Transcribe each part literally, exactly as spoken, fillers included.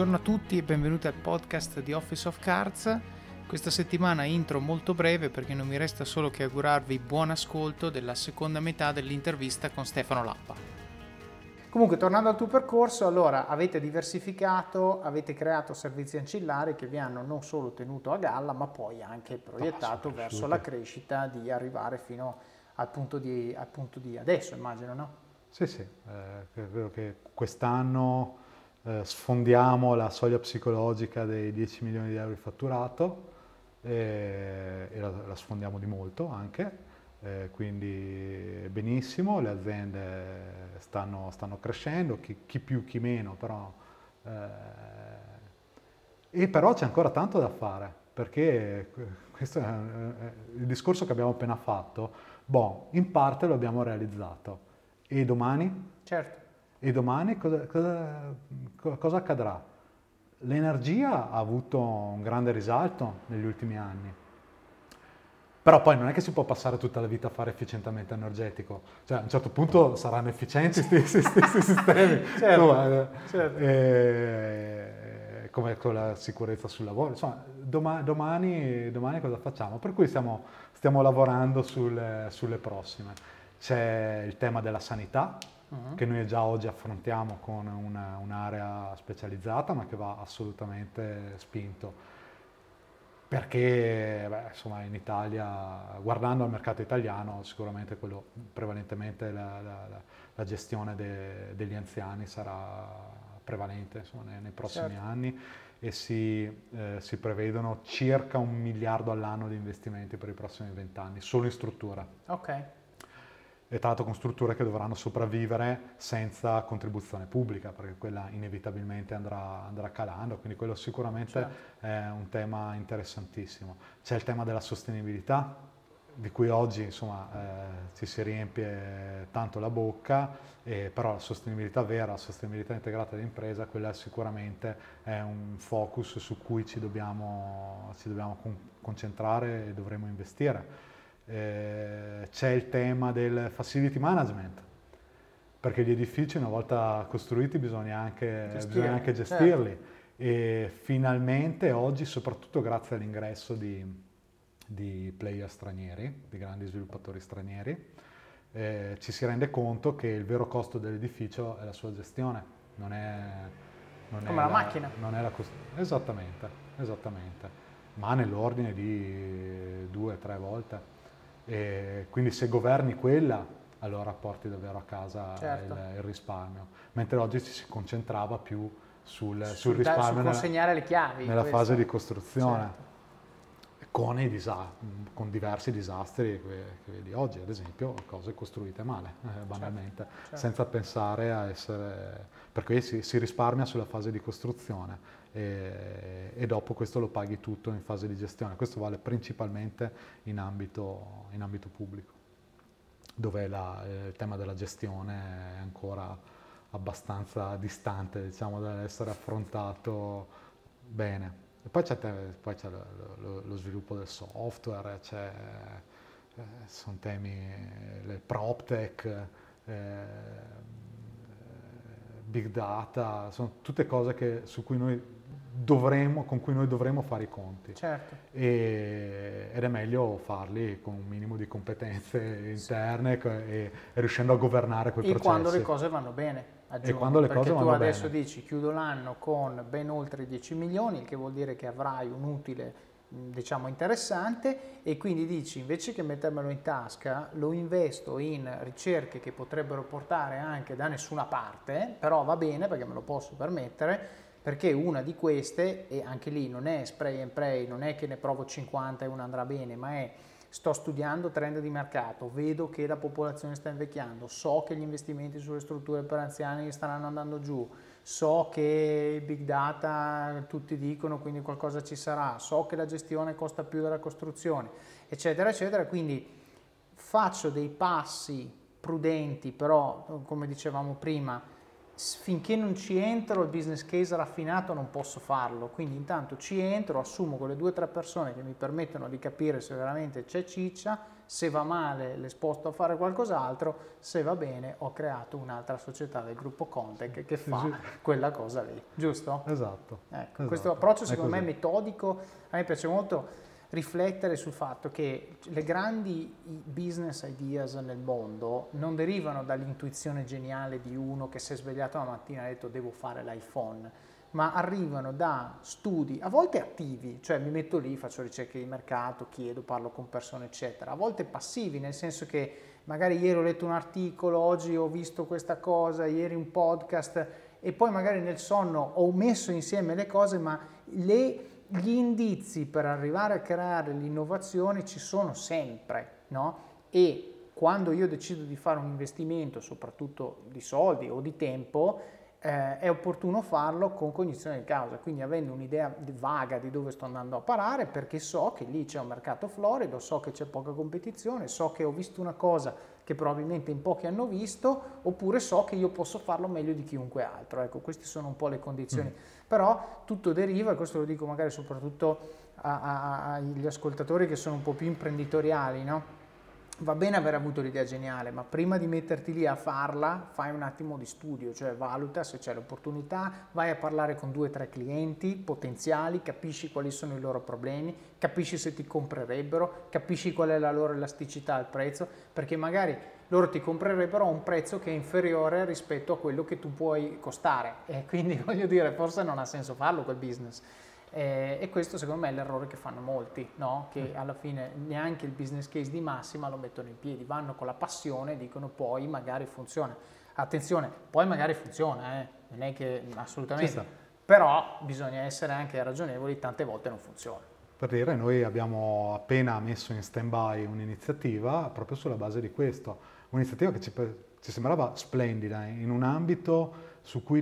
Buongiorno a tutti e benvenuti al podcast di Office of Cards. Questa settimana intro molto breve perché non mi resta solo che augurarvi buon ascolto della seconda metà dell'intervista con Stefano Lappa. Comunque, tornando al tuo percorso, allora avete diversificato, avete creato servizi ancillari che vi hanno non solo tenuto a galla, ma poi anche proiettato no, verso la crescita di arrivare fino al punto di, al punto di adesso, immagino, no? Sì, sì, eh, credo che quest'anno eh, sfondiamo la soglia psicologica dei dieci milioni di euro di fatturato e, e la, la sfondiamo di molto anche, eh, quindi benissimo, le aziende stanno, stanno crescendo, chi, chi più chi meno, però, eh, e però c'è ancora tanto da fare, perché questo è il discorso che abbiamo appena fatto, boh, in parte lo abbiamo realizzato. E domani? Certo. E domani cosa, cosa, cosa accadrà? L'energia ha avuto un grande risalto negli ultimi anni, però poi non è che si può passare tutta la vita a fare efficientamento energetico, cioè a un certo punto saranno efficienti questi sistemi, certo, insomma, certo. eh, come con la sicurezza sul lavoro, insomma doma, domani, domani cosa facciamo? Per cui stiamo, stiamo lavorando sul, sulle prossime. C'è il tema della sanità, uh-huh. che noi già oggi affrontiamo con una, un'area specializzata, ma che va assolutamente spinto. Perché beh, insomma, in Italia, guardando al mercato italiano, sicuramente quello prevalentemente la, la, la gestione de, degli anziani sarà prevalente insomma, nei, nei prossimi certo. anni e si, eh, si prevedono circa un miliardo all'anno di investimenti per i prossimi vent'anni, solo in struttura. Ok. E tra l'altro con strutture che dovranno sopravvivere senza contribuzione pubblica, perché quella inevitabilmente andrà, andrà calando, quindi quello sicuramente certo. è un tema interessantissimo. C'è il tema della sostenibilità, di cui oggi insomma, eh, ci si riempie tanto la bocca, eh, però la sostenibilità vera, la sostenibilità integrata dell'impresa, quella sicuramente è un focus su cui ci dobbiamo, ci dobbiamo con- concentrare e dovremo investire. Eh, c'è il tema del facility management, perché gli edifici una volta costruiti bisogna anche, gestirli, bisogna anche gestirli certo. e finalmente oggi, soprattutto grazie all'ingresso di, di player stranieri, di grandi sviluppatori stranieri, eh, ci si rende conto che il vero costo dell'edificio è la sua gestione, non è, non come è la, la macchina. Non è la cost- esattamente, esattamente, ma nell'ordine di due o tre volte. E quindi se governi quella, allora porti davvero a casa certo. il, il risparmio, mentre oggi ci si concentrava più sul, sul, sul risparmio su consegnare nella, le chiavi nella questo. fase di costruzione, certo. con, i disa- con diversi disastri che, che vedi oggi, ad esempio cose costruite male, eh, banalmente, certo. Certo. senza pensare a essere... per cui si, si risparmia sulla fase di costruzione. E, e dopo questo lo paghi tutto in fase di gestione. Questo vale principalmente in ambito, in ambito pubblico, dove la, il tema della gestione è ancora abbastanza distante, diciamo, dall'essere affrontato bene. E poi c'è, te, poi c'è lo, lo, lo sviluppo del software, c'è, eh, sono temi, le PropTech, eh, big data, sono tutte cose che, su cui noi dovremo, con cui noi dovremo fare i conti. Certo. E, ed è meglio farli con un minimo di competenze interne sì. e, e riuscendo a governare quei e processi. E quando le cose vanno bene, aggiungo, e quando le perché cose tu vanno adesso bene. dici chiudo l'anno con ben oltre dieci milioni, il che vuol dire che avrai un utile diciamo interessante e quindi dici invece che mettermelo in tasca lo investo in ricerche che potrebbero portare anche da nessuna parte, però va bene perché me lo posso permettere, perché una di queste, e anche lì non è spray and pray, non è che ne provo cinquanta e una andrà bene, ma è sto studiando trend di mercato, vedo che la popolazione sta invecchiando, so che gli investimenti sulle strutture per anziani staranno andando giù, so che il big data tutti dicono quindi qualcosa ci sarà, so che la gestione costa più della costruzione, eccetera, eccetera, quindi faccio dei passi prudenti, però come dicevamo prima, finché non ci entro il business case raffinato non posso farlo, quindi intanto ci entro, assumo quelle due o tre persone che mi permettono di capire se veramente c'è ciccia, se va male le sposto a fare qualcos'altro, se va bene ho creato un'altra società del gruppo Contec che fa sì, sì. quella cosa lì, giusto? Esatto. Ecco, esatto. questo approccio È secondo me è così. metodico, a me piace molto riflettere sul fatto che le grandi business ideas nel mondo non derivano dall'intuizione geniale di uno che si è svegliato la mattina e ha detto devo fare l'iPhone, ma arrivano da studi, a volte attivi, cioè mi metto lì, faccio ricerche di mercato, chiedo, parlo con persone, eccetera, a volte passivi, nel senso che magari ieri ho letto un articolo, oggi ho visto questa cosa, ieri un podcast e poi magari nel sonno ho messo insieme le cose, ma le gli indizi per arrivare a creare l'innovazione ci sono sempre, no? E quando io decido di fare un investimento, soprattutto di soldi o di tempo, eh, è opportuno farlo con cognizione di causa, quindi avendo un'idea vaga di dove sto andando a parare, perché so che lì c'è un mercato florido, so che c'è poca competizione, so che ho visto una cosa che probabilmente in pochi hanno visto, oppure so che io posso farlo meglio di chiunque altro. Ecco, queste sono un po' le condizioni. Mm. Però tutto deriva, e questo lo dico magari soprattutto a, a, agli ascoltatori che sono un po' più imprenditoriali, no? Va bene aver avuto l'idea geniale, ma prima di metterti lì a farla, fai un attimo di studio, cioè valuta se c'è l'opportunità, vai a parlare con due o tre clienti potenziali, capisci quali sono i loro problemi, capisci se ti comprerebbero, capisci qual è la loro elasticità al prezzo, perché magari loro ti comprerebbero a un prezzo che è inferiore rispetto a quello che tu puoi costare e quindi voglio dire, forse non ha senso farlo quel business. Eh, e questo secondo me è l'errore che fanno molti, no? Che alla fine neanche il business case di massima lo mettono in piedi, vanno con la passione e dicono poi magari funziona. Attenzione, poi magari funziona, eh? Non è che assolutamente, però bisogna essere anche ragionevoli, tante volte non funziona. Per dire, noi abbiamo appena messo in stand-by un'iniziativa proprio sulla base di questo, un'iniziativa che ci, ci sembrava splendida in un ambito su cui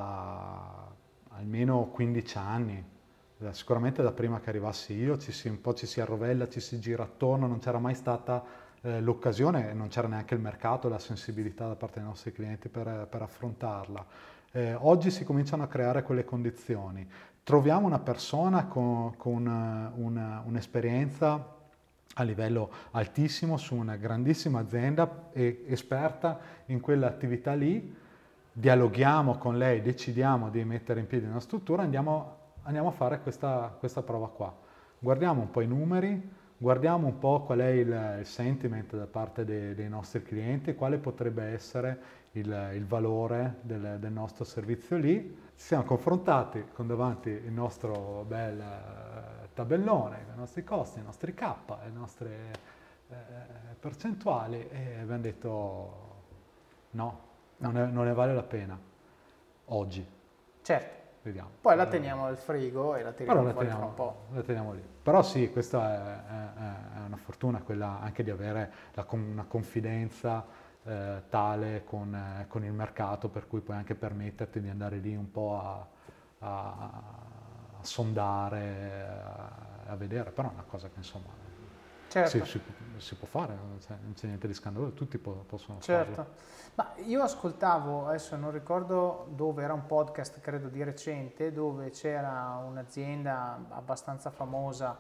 da almeno quindici anni, sicuramente da prima che arrivassi io, ci si, un po' ci si arrovella, ci si gira attorno, non c'era mai stata eh, l'occasione, non c'era neanche il mercato, la sensibilità da parte dei nostri clienti per, per affrontarla. Eh, oggi si cominciano a creare quelle condizioni. Troviamo una persona con, con una, un'esperienza a livello altissimo su una grandissima azienda e esperta in quell'attività lì, dialoghiamo con lei, decidiamo di mettere in piedi una struttura, andiamo, andiamo a fare questa, questa prova qua. Guardiamo un po' i numeri, guardiamo un po' qual è il, il sentiment da parte dei, dei nostri clienti, quale potrebbe essere il, il valore del, del nostro servizio lì. Ci siamo confrontati con davanti il nostro bel eh, tabellone, i nostri costi, i nostri K, le nostre eh, percentuali e abbiamo detto no, non, è, non ne vale la pena oggi. Certo. Vediamo. Poi la teniamo al frigo e la tiriamo la fuori teniamo, fra un po'. La teniamo lì. Però sì, questa è, è, è una fortuna, quella anche di avere la, una confidenza eh, tale con, eh, con il mercato, per cui puoi anche permetterti di andare lì un po' a, a, a sondare, a, a vedere, però è una cosa che insomma certo. si, si, si può fare, non c'è, non c'è niente di scandaloso, tutti po- possono certo. farlo. Ma io ascoltavo, adesso non ricordo dove, era un podcast credo di recente, dove c'era un'azienda abbastanza famosa,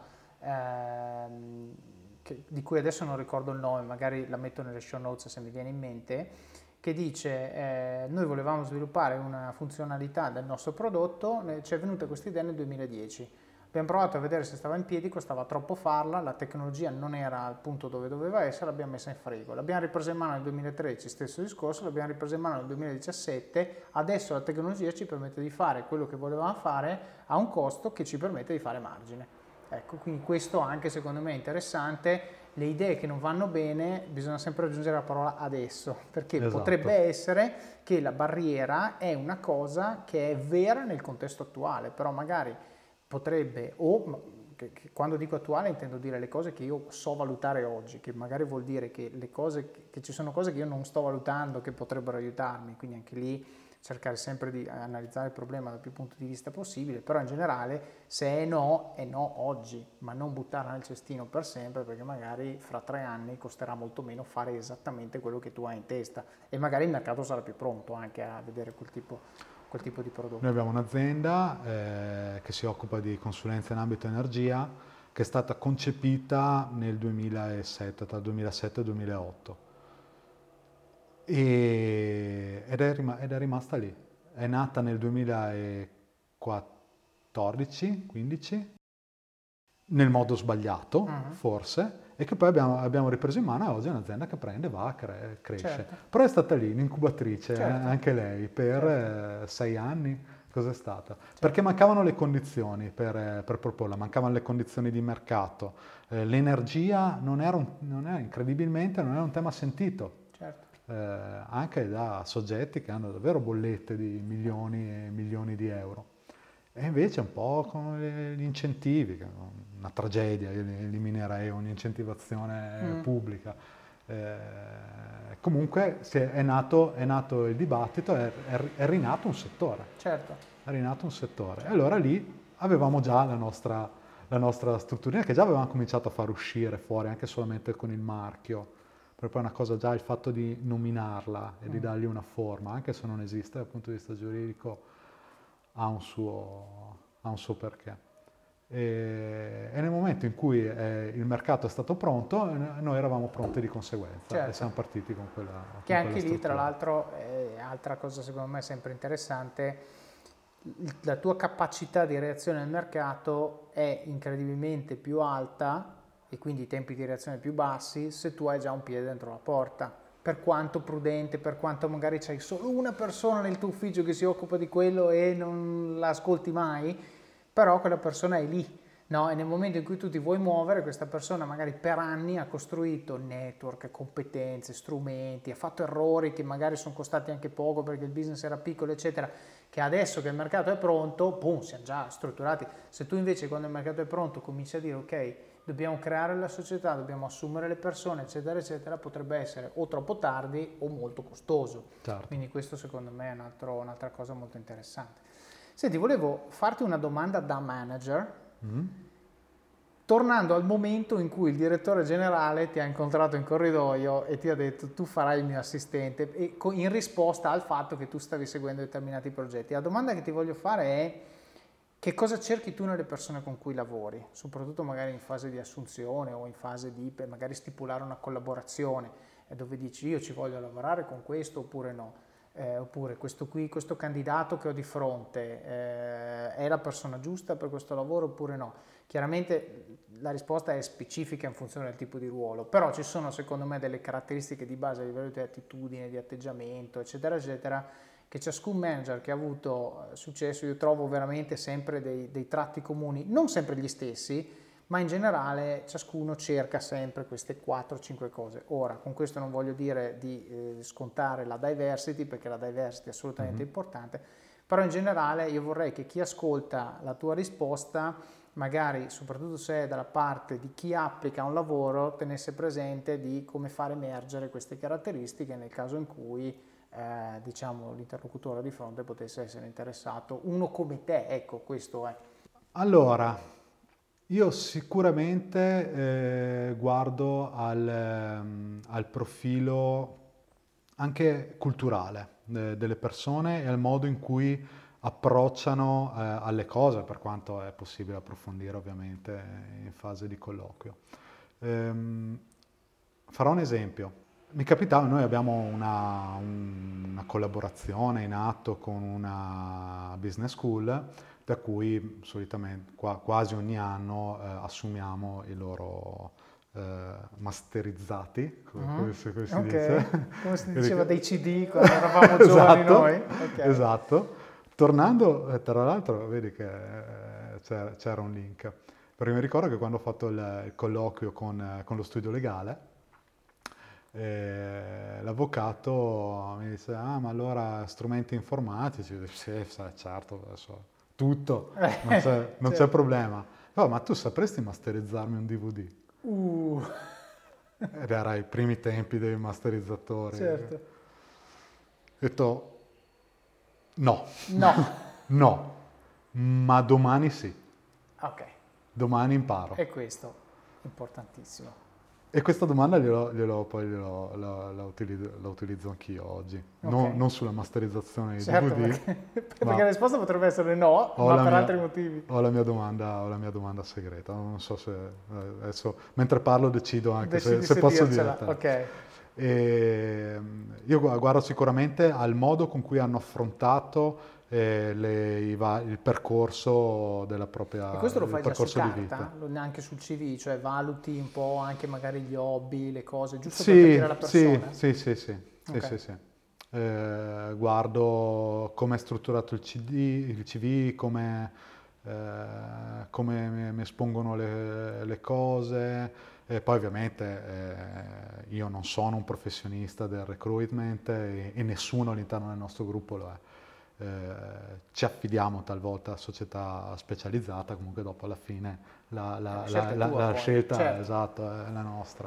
ehm, che, di cui adesso non ricordo il nome, magari la metto nelle show notes se mi viene in mente, che dice eh, noi volevamo sviluppare una funzionalità del nostro prodotto, ci è venuta questa idea nel duemiladieci. Abbiamo provato a vedere se stava in piedi, costava troppo farla, la tecnologia non era al punto dove doveva essere, l'abbiamo messa in frigo. L'abbiamo ripresa in mano nel duemilatredici, stesso discorso, l'abbiamo ripresa in mano nel duemiladiciassette, adesso la tecnologia ci permette di fare quello che volevamo fare a un costo che ci permette di fare margine. Ecco, quindi questo anche secondo me è interessante. Le idee che non vanno bene, bisogna sempre aggiungere la parola adesso, perché esatto. Potrebbe essere che la barriera è una cosa che è vera nel contesto attuale, però magari potrebbe, o che, che quando dico attuale intendo dire le cose che io so valutare oggi, che magari vuol dire che le cose, che, che ci sono cose che io non sto valutando che potrebbero aiutarmi, quindi anche lì cercare sempre di analizzare il problema dal più punto di vista possibile, però in generale se è no, è no oggi, ma non buttarla nel cestino per sempre, perché magari fra tre anni costerà molto meno fare esattamente quello che tu hai in testa e magari il mercato sarà più pronto anche a vedere quel tipo quel tipo di prodotto. Noi abbiamo un'azienda eh, che si occupa di consulenza in ambito energia, che è stata concepita nel duemilasette, tra il duemilasette e il duemilaotto. E, ed, è rima- ed è rimasta lì. È nata nel duemilaquattordici quindici, nel modo sbagliato, Mhm. forse, e che poi abbiamo, abbiamo ripreso in mano e oggi è un'azienda che prende, va, cre- cresce. Certo, Però è stata lì, l'incubatrice, eh, certo, anche lei, per certo, eh, sei anni. Cos'è stata? Perché certo. mancavano le condizioni per, eh, per proporla, mancavano le condizioni di mercato. Eh, l'energia non era, un- non era, incredibilmente, non era un tema sentito, Certo. eh, anche da soggetti che hanno davvero bollette di milioni e milioni di euro. E invece un po' con le- gli incentivi, che è una tragedia, io eliminerei un'incentivazione Mm, pubblica. Eh, comunque si è, è nato, è nato il dibattito, è, è, è rinato un settore, certo, è rinato un settore. E certo. allora lì avevamo già la nostra, la nostra strutturina, che già avevamo cominciato a far uscire fuori, anche solamente con il marchio. Perché poi è una cosa già il fatto di nominarla e di Mm. dargli una forma, anche se non esiste dal punto di vista giuridico, ha un suo, ha un suo perché. E, e nel momento in cui eh, il mercato è stato pronto, eh, noi eravamo pronti di conseguenza e Certo. siamo partiti con quella, Che con quella anche lì, tra struttura. l'altro, è altra cosa secondo me sempre interessante, il- la tua capacità di reazione al mercato è incredibilmente più alta e quindi i tempi di reazione più bassi se tu hai già un piede dentro la porta. Per quanto prudente, per quanto magari c'hai solo una persona nel tuo ufficio che si occupa di quello e non la ascolti mai, però quella persona è lì. No, e nel momento in cui tu ti vuoi muovere, questa persona magari per anni ha costruito network, competenze, strumenti, ha fatto errori che magari sono costati anche poco perché il business era piccolo, eccetera, che adesso che il mercato è pronto, boom, siamo già strutturati. Se tu invece quando il mercato è pronto cominci a dire ok, dobbiamo creare la società, dobbiamo assumere le persone, eccetera, eccetera, potrebbe essere o troppo tardi o molto costoso. Certo. Quindi questo secondo me è un altro- un'altra cosa molto interessante. Senti, volevo farti una domanda da manager. Mm? Tornando al momento in cui il direttore generale ti ha incontrato in corridoio e ti ha detto tu farai il mio assistente e co- in risposta al fatto che tu stavi seguendo determinati progetti. La domanda che ti voglio fare è che cosa cerchi tu nelle persone con cui lavori, soprattutto magari in fase di assunzione o in fase di per magari stipulare una collaborazione e dove dici io ci voglio lavorare con questo oppure no. Eh, oppure questo qui, questo candidato che ho di fronte eh, è la persona giusta per questo lavoro oppure no. Chiaramente la risposta è specifica in funzione del tipo di ruolo, però ci sono secondo me delle caratteristiche di base a livello di attitudine, di atteggiamento, eccetera, eccetera, che ciascun manager che ha avuto successo, io trovo veramente sempre dei, dei tratti comuni, non sempre gli stessi, ma in generale ciascuno cerca sempre queste quattro cinque cose. Ora, con questo non voglio dire di eh, scontare la diversity, perché la diversity è assolutamente Mhm. importante, però in generale io vorrei che chi ascolta la tua risposta magari soprattutto se è dalla parte di chi applica un lavoro, tenesse presente di come fare emergere queste caratteristiche nel caso in cui eh, diciamo, l'interlocutore di fronte potesse essere interessato. Uno come te, ecco, questo è. Allora, io sicuramente eh, guardo al, ehm, al profilo anche culturale eh, delle persone e al modo in cui approcciano eh, alle cose, per quanto è possibile approfondire ovviamente in fase di colloquio. Ehm, farò un esempio. Mi capitava, noi abbiamo una, una collaborazione in atto con una business school da cui solitamente qua- quasi ogni anno eh, assumiamo i loro eh, masterizzati, come, come Mhm. si, come si dice. Ok, come si Quelli diceva che- dei C D quando eravamo giovani noi. Esatto, Ok. esatto. Tornando, eh, tra l'altro, vedi che eh, c'era, c'era un link. Perché mi ricordo che quando ho fatto il, il colloquio con, eh, con lo studio legale, eh, l'avvocato mi dice, ah, ma allora strumenti informatici? Io dico, sì, sai, certo, adesso tutto, non c'è, non c'è Certo. problema. Però, ma tu sapresti masterizzarmi un D V D? Uh, Ed era i primi tempi dei masterizzatori. Ho certo. detto, no, No. no, ma domani sì, Ok, domani imparo. è questo importantissimo. E questa domanda glielo, glielo- poi glielo- la, la utilizzo, la utilizzo anch'io oggi, non, Ok. non sulla masterizzazione di Certo, D V D, perché, perché ma la risposta potrebbe essere no, ho ma la per mia, altri motivi. ho la mia domanda, ho la mia domanda segreta. Non so se eh, adesso, mentre parlo, decido anche se, Decidi se se posso dire. dircela, ok. E, io gu- guardo sicuramente al modo con cui hanno affrontato eh, le- i va- il percorso della E propria, questo lo il fai già su percorso di vita. carta, lo- anche sul C V, cioè valuti un po' anche magari gli hobby, le cose, giusto per capire Sì, la sì, persona? sì, sì, sì, sì, Ok, sì, sì. Eh, guardo come è strutturato il C D, il C V, come, eh, come mi mi espongono le, le cose. E poi ovviamente eh, io non sono un professionista del recruitment e, e nessuno all'interno del nostro gruppo lo è. Eh, ci affidiamo talvolta a società specializzata, comunque dopo alla fine la, eh, la la- la- scelta è la- tua la poi, scelta certo. esatta è la nostra.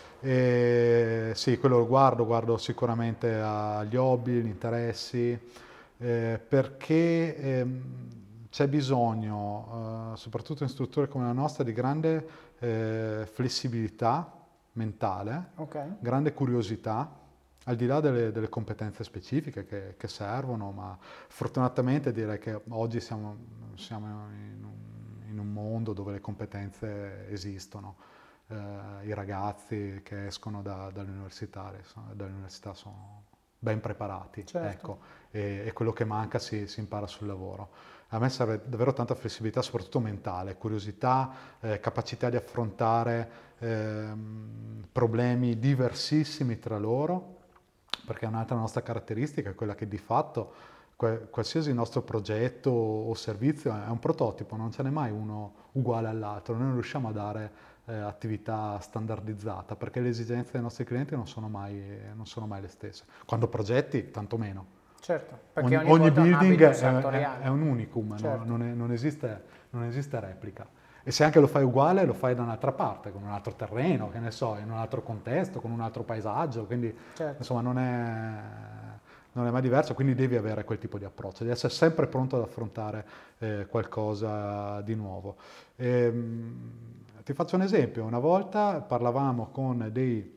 E sì, quello lo guardo, guardo sicuramente agli hobby, gli interessi, eh, perché ehm, c'è bisogno, eh, soprattutto in strutture come la nostra, di grande eh, flessibilità mentale, Ok, grande curiosità, al di là delle, delle competenze specifiche che, che servono, ma fortunatamente direi che oggi siamo, siamo in un, in un mondo dove le competenze esistono. Eh, I ragazzi che escono da, dall'università, dall'università sono ben preparati, certo. ecco, e, e quello che manca si, si impara sul lavoro. A me serve davvero tanta flessibilità, soprattutto mentale, curiosità, eh, capacità di affrontare ehm, problemi diversissimi tra loro, perché un'altra nostra caratteristica è quella che di fatto que- qualsiasi nostro progetto o servizio è un prototipo, non ce n'è mai uno uguale all'altro, noi non riusciamo a dare eh, attività standardizzata perché le esigenze dei nostri clienti non sono mai, non sono mai le stesse. Quando progetti, tanto meno. Certo, perché Ogni, ogni ogni volta è un building abito è, è- è sartoriale. un unicum, no- Certo, non, è- non esiste, non esiste replica. E se anche lo fai uguale, lo fai da un'altra parte, con un altro terreno, che ne so, in un altro contesto, con un altro paesaggio, quindi certo. insomma non è, non è mai diverso, quindi devi avere quel tipo di approccio, devi essere sempre pronto ad affrontare eh, qualcosa di nuovo. Ehm, ti faccio un esempio, una volta parlavamo con dei,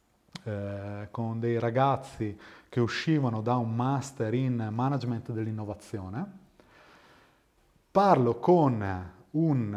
eh, con dei ragazzi che uscivano da un master in management dell'innovazione. Parlo con un,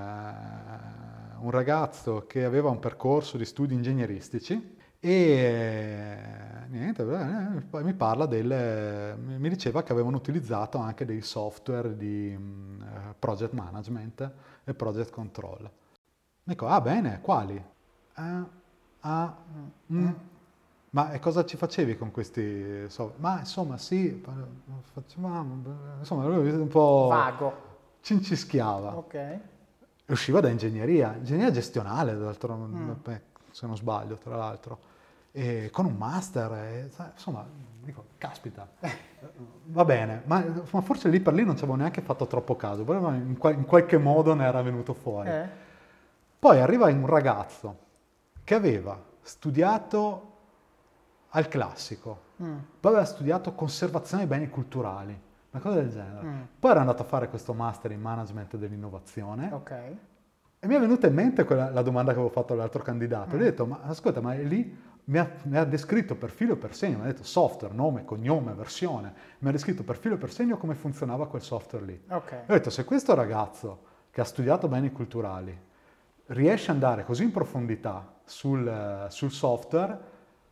eh, un ragazzo che aveva un percorso di studi ingegneristici e eh, niente, eh, poi mi parla del, mi diceva che avevano utilizzato anche dei software di mm, eh, project management e project control. Dico, ah bene, quali? Ah, ah, Mm, mm. mm. Ma e cosa ci facevi con questi software? Ma insomma sì, facevamo, insomma lui un po' Vago, cincischiava. ok. E usciva da ingegneria, ingegneria gestionale, d'altro- Mm. beh, se non sbaglio, tra l'altro, e con un master, e, sai, insomma, dico, caspita, va bene, ma, ma forse lì per lì non ci avevo neanche fatto troppo caso, però in, qual- in qualche modo ne era venuto fuori. Eh? Poi arriva un ragazzo che aveva studiato al classico, Mm, poi aveva studiato conservazione dei beni culturali, una cosa del genere. mm, Poi era andato a fare questo master in management dell'innovazione ok. e mi è venuta in mente quella, la domanda che avevo fatto all'altro candidato. Gli ho Mm, detto, ma ascolta, ma lì mi ha, mi ha descritto per filo e per segno, mi ha detto software, nome, cognome, versione, mi ha descritto per filo e per segno come funzionava quel software lì. ok, E ho detto, se questo ragazzo che ha studiato beni culturali riesce ad andare così in profondità sul, sul software,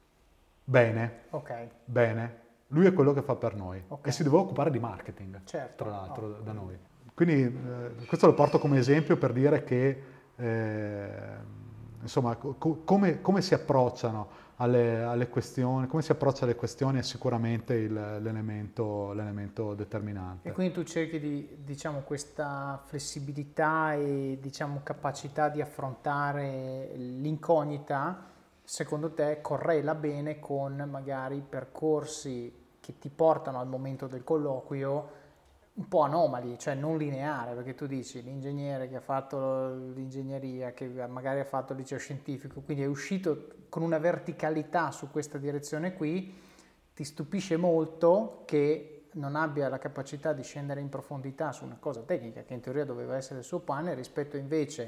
bene, ok, bene, lui è quello che fa per noi ok. e si deve occupare di marketing, Certo. tra Oh. l'altro, da noi. Quindi eh, questo lo porto come esempio per dire che eh, insomma, co- come, come si approcciano alle, alle questioni, come si approccia alle questioni è sicuramente il- l'elemento, l'elemento E determinante. quindi tu cerchi di, diciamo, questa flessibilità e, diciamo, capacità di affrontare l'incognita, secondo te correla bene con magari percorsi che ti portano al momento del colloquio un po' anomali, cioè non lineare, perché tu dici l'ingegnere che ha fatto l'ingegneria, che magari ha fatto il liceo scientifico, quindi è uscito con una verticalità su questa direzione qui, ti stupisce molto che non abbia la capacità di scendere in profondità su una cosa tecnica che in teoria doveva essere il suo pane, rispetto invece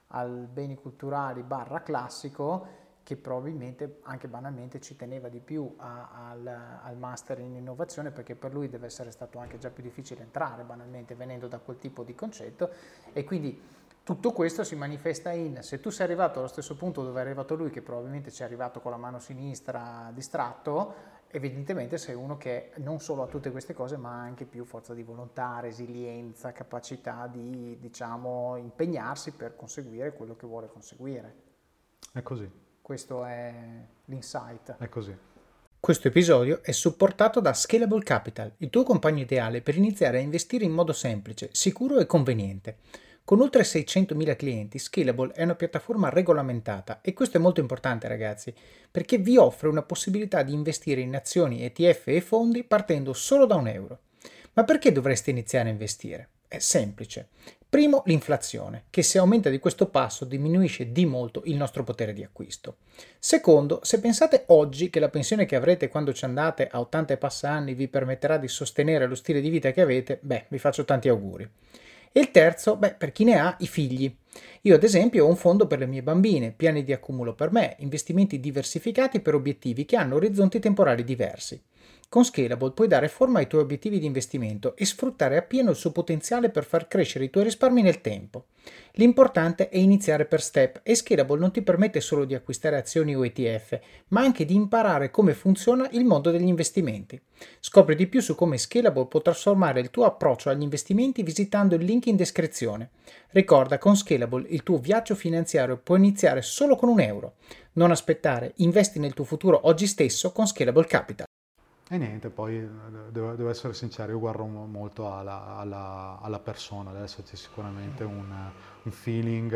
al beni culturali barra classico, che probabilmente anche banalmente ci teneva di più a, al, al master in innovazione, perché per lui deve essere stato anche già più difficile entrare banalmente venendo da quel tipo di concetto, e quindi tutto questo si manifesta in, se tu sei arrivato allo stesso punto dove è arrivato lui, che probabilmente ci è arrivato con la mano sinistra distratto, evidentemente sei uno che non solo ha tutte queste cose, ma ha anche più forza di volontà, resilienza, capacità di, diciamo, impegnarsi per conseguire quello che vuole conseguire. È così. Questo è l'insight. È così. Questo episodio è supportato da Scalable Capital, il tuo compagno ideale per iniziare a investire in modo semplice, sicuro e conveniente. Con oltre seicentomila clienti, Scalable è una piattaforma regolamentata e questo è molto importante, ragazzi, perché vi offre una possibilità di investire in azioni, E T F e fondi partendo solo da un euro. Ma perché dovreste iniziare a investire? È semplice. Primo, l'inflazione, che se aumenta di questo passo diminuisce di molto il nostro potere di acquisto. Secondo, se pensate oggi che la pensione che avrete quando ci andate a ottanta e passa anni vi permetterà di sostenere lo stile di vita che avete, beh, vi faccio tanti auguri. E il terzo, beh, per chi ne ha, i figli. Io ad esempio ho un fondo per le mie bambine, piani di accumulo per me, investimenti diversificati per obiettivi che hanno orizzonti temporali diversi. Con Scalable puoi dare forma ai tuoi obiettivi di investimento e sfruttare appieno il suo potenziale per far crescere i tuoi risparmi nel tempo. L'importante è iniziare per step e Scalable non ti permette solo di acquistare azioni o E T F, ma anche di imparare come funziona il mondo degli investimenti. Scopri di più su come Scalable può trasformare il tuo approccio agli investimenti visitando il link in descrizione. Ricorda, con Scalable il tuo viaggio finanziario può iniziare solo con un euro. Non aspettare, investi nel tuo futuro oggi stesso con Scalable Capital. E niente, poi eh, devo, devo essere sincero, io guardo mo- molto alla, alla- alla persona, adesso c'è sicuramente un, un feeling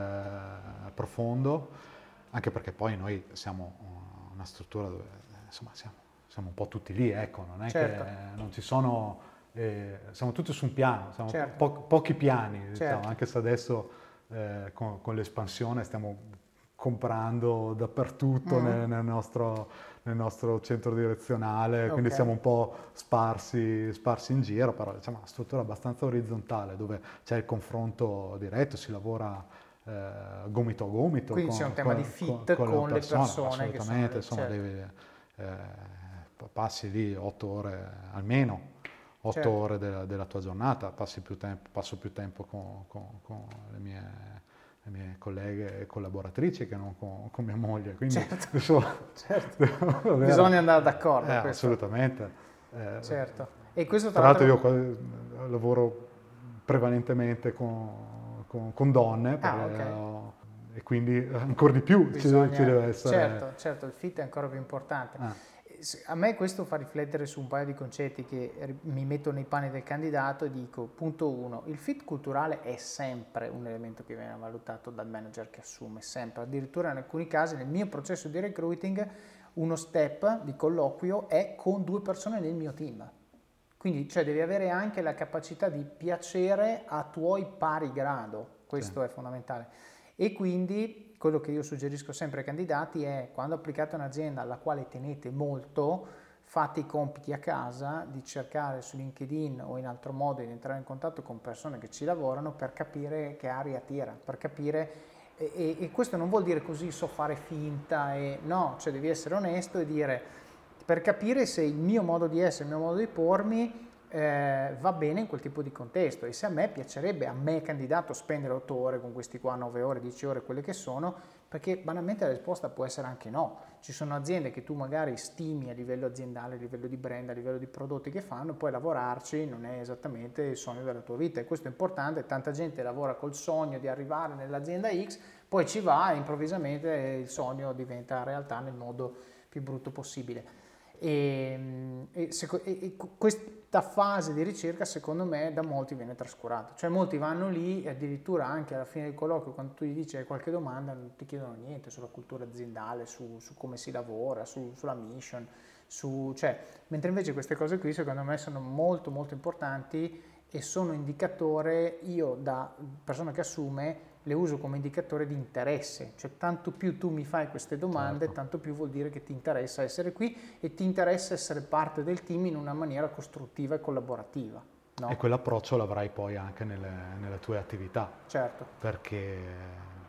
eh, profondo, anche perché poi noi siamo una struttura dove eh, insomma siamo, siamo un po' tutti lì, ecco, non è Certo. che non ci sono, eh, siamo tutti su un piano, siamo Certo. po- pochi piani, diciamo, Certo. anche se adesso eh, con, con l'espansione stiamo comprando dappertutto Mm. nel, nel nostro, nel nostro centro direzionale, quindi Ok. siamo un po' sparsi, sparsi in giro, però diciamo, è una struttura abbastanza orizzontale dove c'è il confronto diretto, si lavora eh, gomito a gomito Quindi con, c'è un tema con- di fit con- con le le persone, persone che sono assolutamente, lì, insomma, certo. devi, eh, passi lì otto ore almeno. Otto Certo. ore della, della tua giornata, passi più tempo, passo più tempo con, con- con le mie le mie colleghe e collaboratrici che non con, con mia moglie, quindi Certo. insomma, Certo. devo avere- Bisogna andare d'accordo, eh, questo. assolutamente. Eh, Certo. E questo tra tra l'altro io l'altro... qua- lavoro prevalentemente con, con- con donne per- Ah, ok. e quindi ancora di più ci, Bisogna... ci deve essere. Certo, certo, il fit è ancora più importante. Ah, A me questo fa riflettere su un paio di concetti che mi metto nei panni del candidato e dico, punto uno, il fit culturale è sempre un elemento che viene valutato dal manager che assume, sempre, addirittura in alcuni casi nel mio processo di recruiting uno step di colloquio è con due persone nel mio team. Quindi cioè, devi avere anche la capacità di piacere a tuoi pari grado, questo sì. è fondamentale. E quindi quello che io suggerisco sempre ai candidati è, quando applicate un'azienda alla quale tenete molto, fate i compiti a casa di cercare su LinkedIn o in altro modo di entrare in contatto con persone che ci lavorano per capire che aria tira, per capire, e, e, e questo non vuol dire così so fare finta, e no, cioè devi essere onesto e dire, per capire se il mio modo di essere, il mio modo di pormi eh, va bene in quel tipo di contesto, e se a me piacerebbe, a me candidato, spendere otto ore con questi qua, nove ore, dieci ore, quelle che sono, perché banalmente la risposta può essere anche no. Ci sono aziende che tu magari stimi a livello aziendale, a livello di brand, a livello di prodotti che fanno, poi lavorarci non è esattamente il sogno della tua vita, e questo è importante. Tanta gente lavora col sogno di arrivare nell'azienda X, poi ci va e improvvisamente il sogno diventa realtà nel modo più brutto possibile. E, e, e, e questa fase di ricerca secondo me da molti viene trascurata, cioè molti vanno lì e addirittura anche alla fine del colloquio, quando tu gli dici hai qualche domanda, non ti chiedono niente sulla cultura aziendale, su, su come si lavora, su, sulla mission, su, cioè, mentre invece queste cose qui secondo me sono molto molto importanti e sono indicatore, io da persona che assume le uso come indicatore di interesse, cioè tanto più tu mi fai queste domande, Certo. tanto più vuol dire che ti interessa essere qui e ti interessa essere parte del team in una maniera costruttiva e collaborativa. No? E quell'approccio l'avrai poi anche nelle, nelle tue attività, Certo. perché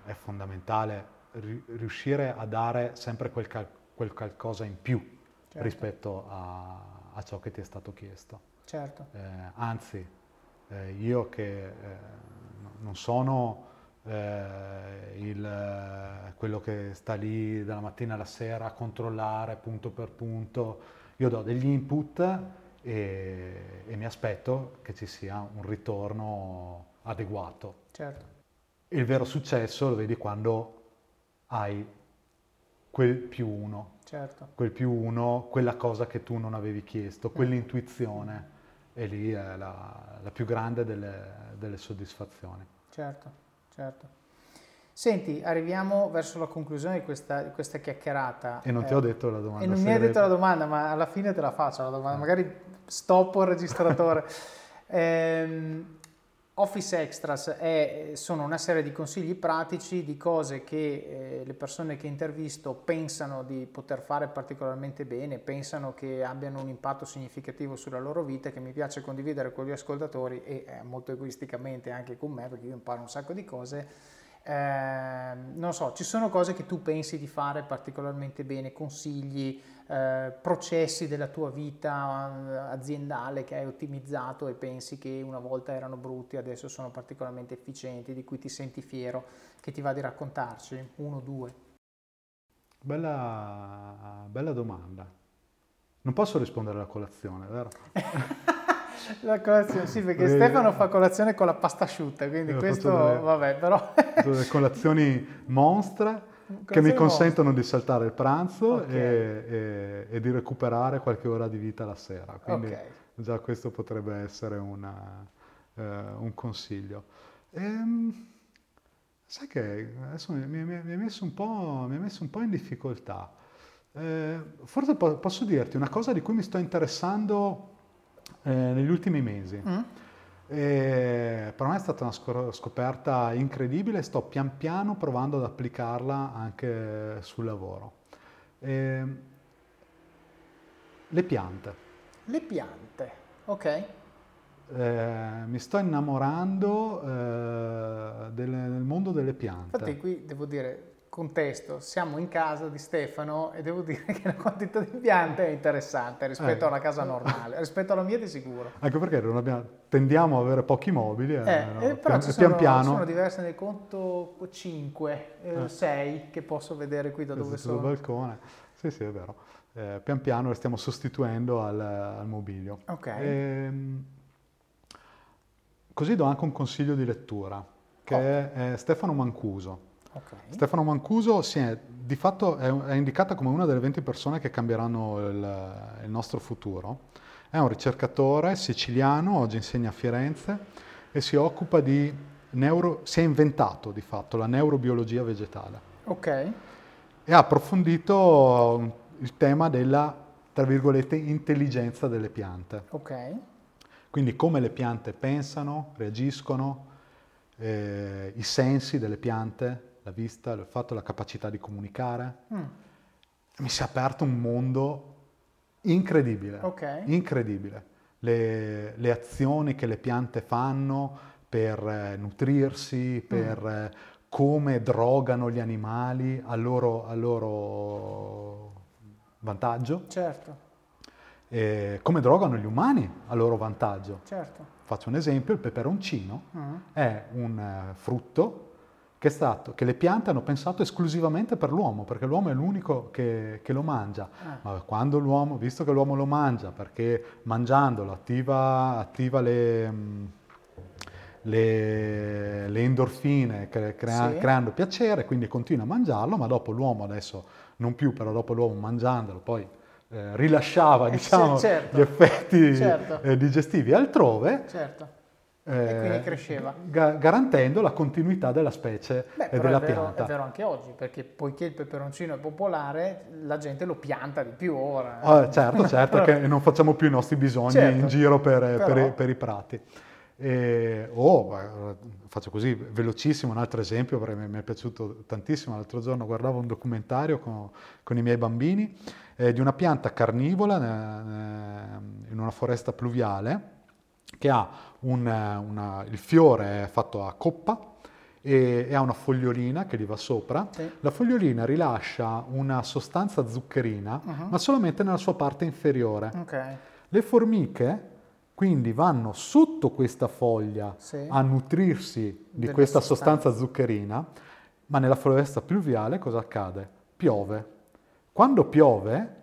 è fondamentale ri- riuscire a dare sempre quel, cal- quel qualcosa in più Certo. rispetto a, a ciò che ti è stato chiesto. Certo. Eh, anzi, eh, io che eh, non sono eh, il, quello che sta lì dalla mattina alla sera a controllare punto per punto, io do degli input e, e mi aspetto che ci sia un ritorno adeguato. Certo. Il vero successo lo vedi quando hai quel più uno, Certo. quel più uno, quella cosa che tu non avevi chiesto, quell'intuizione, e lì è la, la più grande delle, delle soddisfazioni. Certo, certo. Senti, arriviamo verso la conclusione di questa, di questa chiacchierata. E non ti Eh, ho detto la domanda E non mi hai detto segreta. la domanda, ma alla fine te la faccio la domanda, magari stoppo il registratore. Ehm, Office Extras è- sono una serie di consigli pratici di cose che eh, le persone che intervisto pensano di poter fare particolarmente bene, pensano che abbiano un impatto significativo sulla loro vita, che mi piace condividere con gli ascoltatori e eh, molto egoisticamente anche con me, perché io imparo un sacco di cose. Eh, non so, ci sono cose che tu pensi di fare particolarmente bene, consigli, eh, processi della tua vita eh, aziendale che hai ottimizzato e pensi che una volta erano brutti, adesso sono particolarmente efficienti, di cui ti senti fiero, che ti va di raccontarci? Uno, due. Bella, bella domanda. Non posso rispondere alla colazione, vero? La colazione, sì, perché Perché Stefano fa colazione con la pasta asciutta, quindi io questo, faccio delle, vabbè, però... faccio delle colazioni monstre che mi Colazione consentono monstra. di saltare il pranzo Ok, e, e- e di recuperare qualche ora di vita la sera. ok. Quindi già questo potrebbe essere una, eh, un consiglio. Ehm, sai che adesso mi, mi- mi- mi hai messo un po', mi hai messo un po' in difficoltà. Eh, forse po- posso dirti una cosa di cui mi sto interessando eh, negli ultimi mesi. Mm? E per me è stata una scor- scoperta incredibile, sto pian piano provando ad applicarla anche sul lavoro. E, le piante. Le piante, ok. Eh, mi sto innamorando eh, del, del mondo delle Infatti piante. qui devo dire, contesto, siamo in casa di Stefano e devo dire che la quantità di piante è interessante rispetto a una casa Eh, normale, rispetto alla mia di sicuro. anche perché non abbiamo- tendiamo ad avere pochi mobili, eh, Eh, eh, no? però pian, ci e pian sono, sono piano, diverse nel conto cinque, eh, sei che posso vedere qui da dove questo sul sono. balcone, sì sì è vero, Eh, pian piano le stiamo sostituendo al, al mobilio. Ok, Ehm, Così do anche un consiglio di lettura, che ottimo, è, è Stefano Mancuso. ok, Stefano Mancuso si è, di fatto è, è indicata come una delle venti persone che cambieranno il, il nostro futuro. È un ricercatore siciliano, oggi insegna a Firenze e si occupa di neuro, si è inventato di fatto la neurobiologia vegetale ok, e ha approfondito il tema della, tra virgolette, intelligenza delle piante. ok. Quindi come le piante pensano, reagiscono, eh, i sensi delle piante, la vista, il fatto, la capacità di comunicare. Mm, Mi si è aperto un mondo incredibile, ok. incredibile. Le, le azioni che le piante fanno per eh, nutrirsi, Mm, per eh, come drogano gli animali a loro, a loro vantaggio, certo, e come drogano gli umani a loro vantaggio. certo. Faccio un esempio, il peperoncino Mm, è un eh, frutto che, è stato, che le piante hanno pensato esclusivamente per l'uomo, perché l'uomo è l'unico che, che lo mangia. ah, Ma quando l'uomo, visto che l'uomo lo mangia, perché mangiandolo attiva, attiva le, mh, le, le endorfine, cre- crea- sì, creando piacere, quindi continua a mangiarlo, ma dopo l'uomo adesso, non più, però dopo l'uomo mangiandolo, poi eh, rilasciava, eh, ce- diciamo, gli certo, effetti certo, eh, digestivi altrove, certo. E quindi eh, cresceva. ga- garantendo la continuità della specie Beh, e però è della vero, è pianta. vero anche oggi, perché poiché il peperoncino è popolare, la gente lo pianta di più Oh, ora. certo, certo, che non facciamo più i nostri bisogni in Certo, giro per, per i, però, per i prati. E, oh, guarda, faccio così velocissimo un altro esempio perché mi mi è piaciuto tantissimo. L'altro giorno guardavo un documentario con, con i miei bambini eh, di una pianta carnivora eh, in una foresta pluviale che ha un, una- il fiore è fatto a coppa e, e ha una fogliolina che gli va sopra. Sì. La fogliolina rilascia una sostanza zuccherina, Mhm. ma solamente nella sua parte inferiore. Ok, Le formiche quindi vanno sotto questa foglia sì. a nutrirsi di Della questa sostanza. sostanza zuccherina, ma nella foresta pluviale cosa accade? Piove. Quando piove,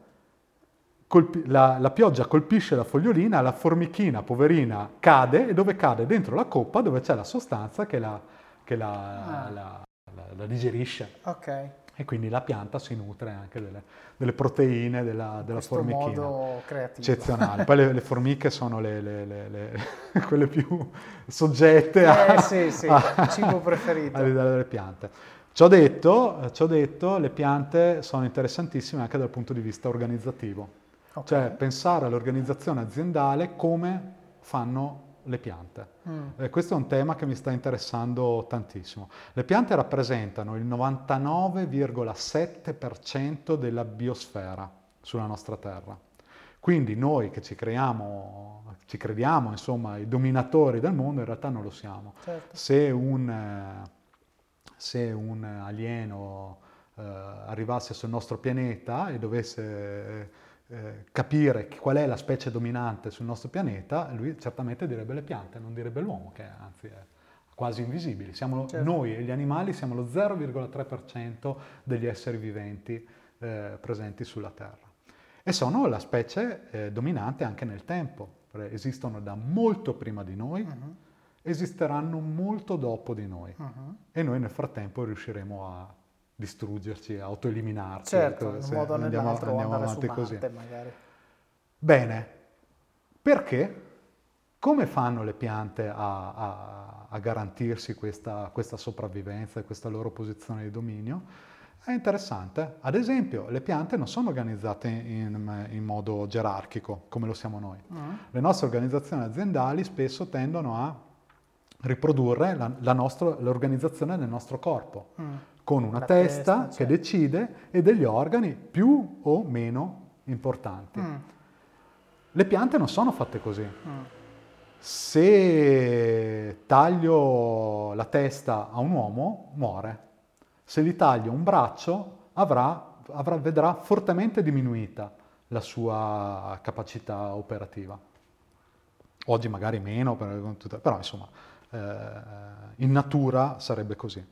colpi- la, la pioggia colpisce la fogliolina, la formichina, poverina, cade, e dove cade? Dentro la coppa dove c'è la sostanza che la, che la- Ah, la- la- la digerisce. ok. E quindi la pianta si nutre anche delle, delle proteine della, In della questo formichina. modo creativo. Eccezionale. Poi le, le formiche sono le, le- le- le- quelle più soggette a, Eh sì, sì, a- cibo preferito. all'idea delle piante. Ciò detto, ciò detto, le piante sono interessantissime anche dal punto di vista organizzativo. Ok. Cioè pensare all'organizzazione aziendale come fanno le piante. Mm, Eh, questo è un tema che mi sta interessando tantissimo. Le piante rappresentano il novantanove virgola sette per cento della biosfera sulla nostra Terra. Quindi noi che ci creiamo, ci crediamo, insomma, i dominatori del mondo, in realtà non lo siamo. certo. Se un, eh, se un alieno eh, arrivasse sul nostro pianeta e dovesse eh, capire qual è la specie dominante sul nostro pianeta, lui certamente direbbe le piante, non direbbe l'uomo, che anzi è quasi invisibili. Siamo, Certo. Noi e gli animali siamo lo zero virgola tre per cento degli esseri viventi eh, presenti sulla Terra. E sono la specie eh, dominante anche nel tempo. Esistono da molto prima di noi, Mhm, esisteranno molto dopo di noi. mhm. E noi nel frattempo riusciremo a distruggerci, a autoeliminarci, Certo, in un se modo o andiamo, nell'altro andiamo andare su avanti così. Marte magari. Bene, perché? Come fanno le piante a, a- a garantirsi questa, questa sopravvivenza e questa loro posizione di dominio? È interessante. Ad esempio, le piante non sono organizzate in, in modo gerarchico, come lo siamo noi. Mm, Le nostre organizzazioni aziendali spesso tendono a riprodurre la, la nostra- l'organizzazione del nostro corpo, mm. con una La testa, testa, che certo. decide e degli organi più o meno importanti. Mm, Le piante non sono fatte così. mm. Se taglio la testa a un uomo, muore. Se gli taglio un braccio, avrà, avrà- vedrà fortemente diminuita la sua capacità operativa. Oggi magari meno, per- però insomma, eh, in natura sarebbe così.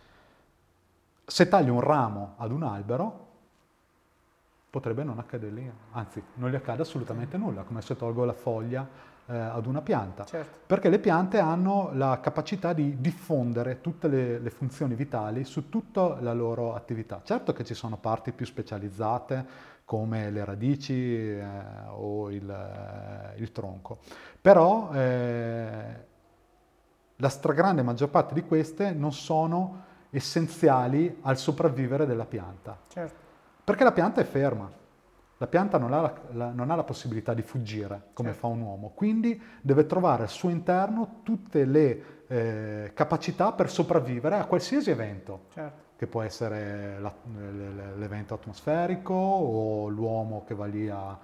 Se taglio un ramo ad un albero, potrebbe non accadere lì, anzi non gli accade assolutamente nulla, come se tolgo la foglia eh, ad una pianta, Certo. perché le piante hanno la capacità di diffondere tutte le, le funzioni vitali su tutta la loro attività. Certo che ci sono parti più specializzate come le radici eh, o il, eh, il tronco, però eh, la stragrande maggior parte di queste non sono essenziali al sopravvivere della pianta. Certo. Perché la pianta è ferma, la pianta non ha la, la- non ha la possibilità di fuggire come Certo. fa un uomo, quindi deve trovare al suo interno tutte le eh, capacità per sopravvivere a qualsiasi evento, Certo. che può essere la- l- l'evento atmosferico o l'uomo che va lì a,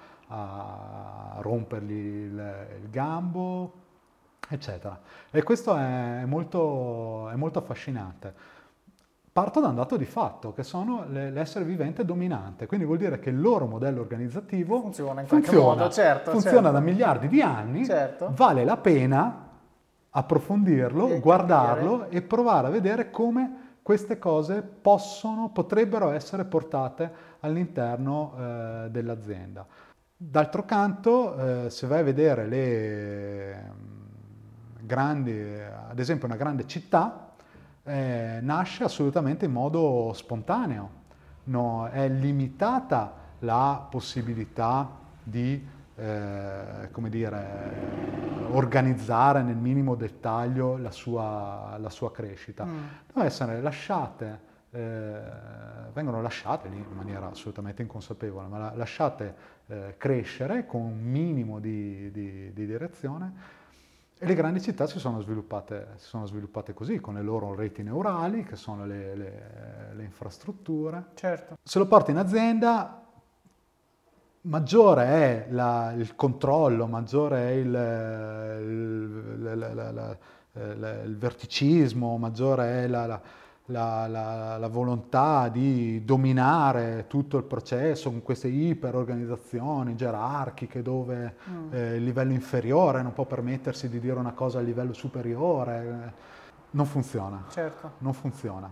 a rompergli il, il gambo, eccetera. E questo è molto, è molto affascinante. Parto da un dato di fatto, che sono le- l'essere vivente dominante, quindi vuol dire che il loro modello organizzativo Funziona in qualche funziona, modo, certo, funziona certo. da miliardi di anni, Certo. vale la pena approfondirlo, E guardarlo capire. e provare a vedere come queste cose possono, potrebbero essere portate all'interno eh, dell'azienda. D'altro canto, eh, se vai a vedere le mm, grandi, ad esempio una grande città, eh, nasce assolutamente in modo spontaneo. No, è limitata la possibilità di, eh, come dire, organizzare nel minimo dettaglio la sua, la sua crescita. Mm, Devono essere lasciate, eh, vengono lasciate lì in maniera assolutamente inconsapevole, ma la- lasciate eh, crescere con un minimo di, di- di direzione. E le grandi città si sono sviluppate, si sono sviluppate così, con le loro reti neurali, che sono le, le- le infrastrutture. certo. Se lo porti in azienda, maggiore è la- il controllo, maggiore è il, il- la, la- la- eh, l- il verticismo, maggiore è la, la- la- la- la volontà di dominare tutto il processo con queste iperorganizzazioni gerarchiche dove Mm, eh, il livello inferiore non può permettersi di dire una cosa al livello superiore. Non funziona, certo. non funziona.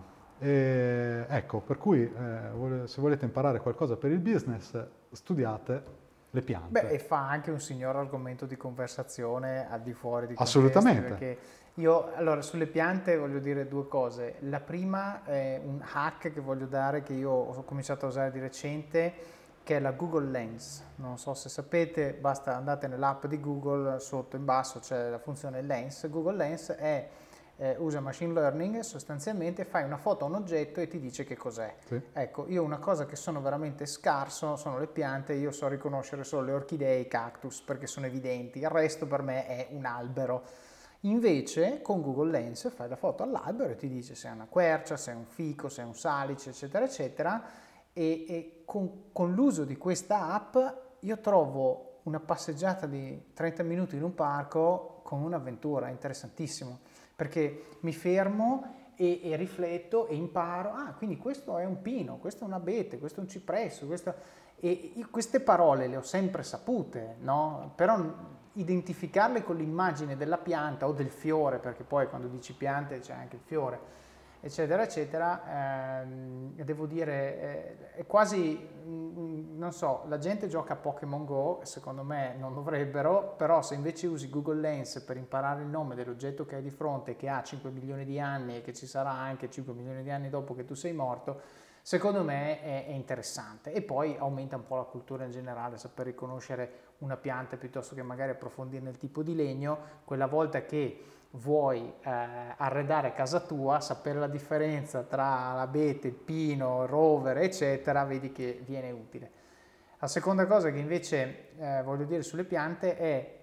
E, ecco, per cui eh, vole- se volete imparare qualcosa per il business, studiate le Beh, piante. e fa anche un signor argomento di conversazione al di fuori di contesti, Assolutamente. perché io, allora, sulle piante voglio dire due cose. La prima è un hack che voglio dare, che io ho cominciato a usare di recente, che è la Google Lens. Non so se sapete, basta andate nell'app di Google, sotto in basso c'è la funzione Lens. Google Lens è, eh, usa machine learning, sostanzialmente fai una foto a un oggetto e ti dice che cos'è. Sì. Ecco, io una cosa che sono veramente scarso sono le piante, io so riconoscere solo le orchidee e i cactus perché sono evidenti, il resto per me è un albero. Invece con Google Lens fai la foto all'albero e ti dice se è una quercia, se è un fico, se è un salice, eccetera, eccetera, e, e con, con l'uso di questa app io trovo una passeggiata di trenta minuti in un parco come un'avventura, interessantissimo, perché mi fermo e, e rifletto e imparo, ah, quindi questo è un pino, questo è un abete, questo è un cipresso, questo... e io queste parole le ho sempre sapute, no? Però identificarle con l'immagine della pianta o del fiore, perché poi quando dici piante c'è anche il fiore, eccetera, eccetera, ehm, devo dire, eh, è quasi, mm, non so, la gente gioca a Pokémon Go, secondo me non dovrebbero, però se invece usi Google Lens per imparare il nome dell'oggetto che hai di fronte, che ha cinque milioni di anni e che ci sarà anche cinque milioni di anni dopo che tu sei morto, secondo me è, è interessante. E poi aumenta un po' la cultura in generale, saper riconoscere una pianta piuttosto che magari approfondire nel tipo di legno, quella volta che vuoi eh, arredare casa tua, sapere la differenza tra l'abete, il pino, il rovere, eccetera, vedi che viene utile. La seconda cosa che invece eh, voglio dire sulle piante è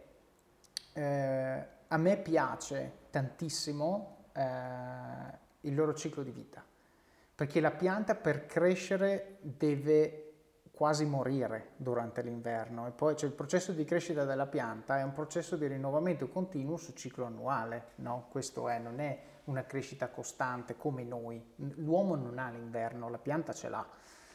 eh, a me piace tantissimo eh, il loro ciclo di vita, perché la pianta per crescere deve quasi morire durante l'inverno e poi c'è il processo di crescita della pianta, è un processo di rinnovamento continuo su ciclo annuale, no? Questo è, non è una crescita costante come noi, l'uomo non ha l'inverno, la pianta ce l'ha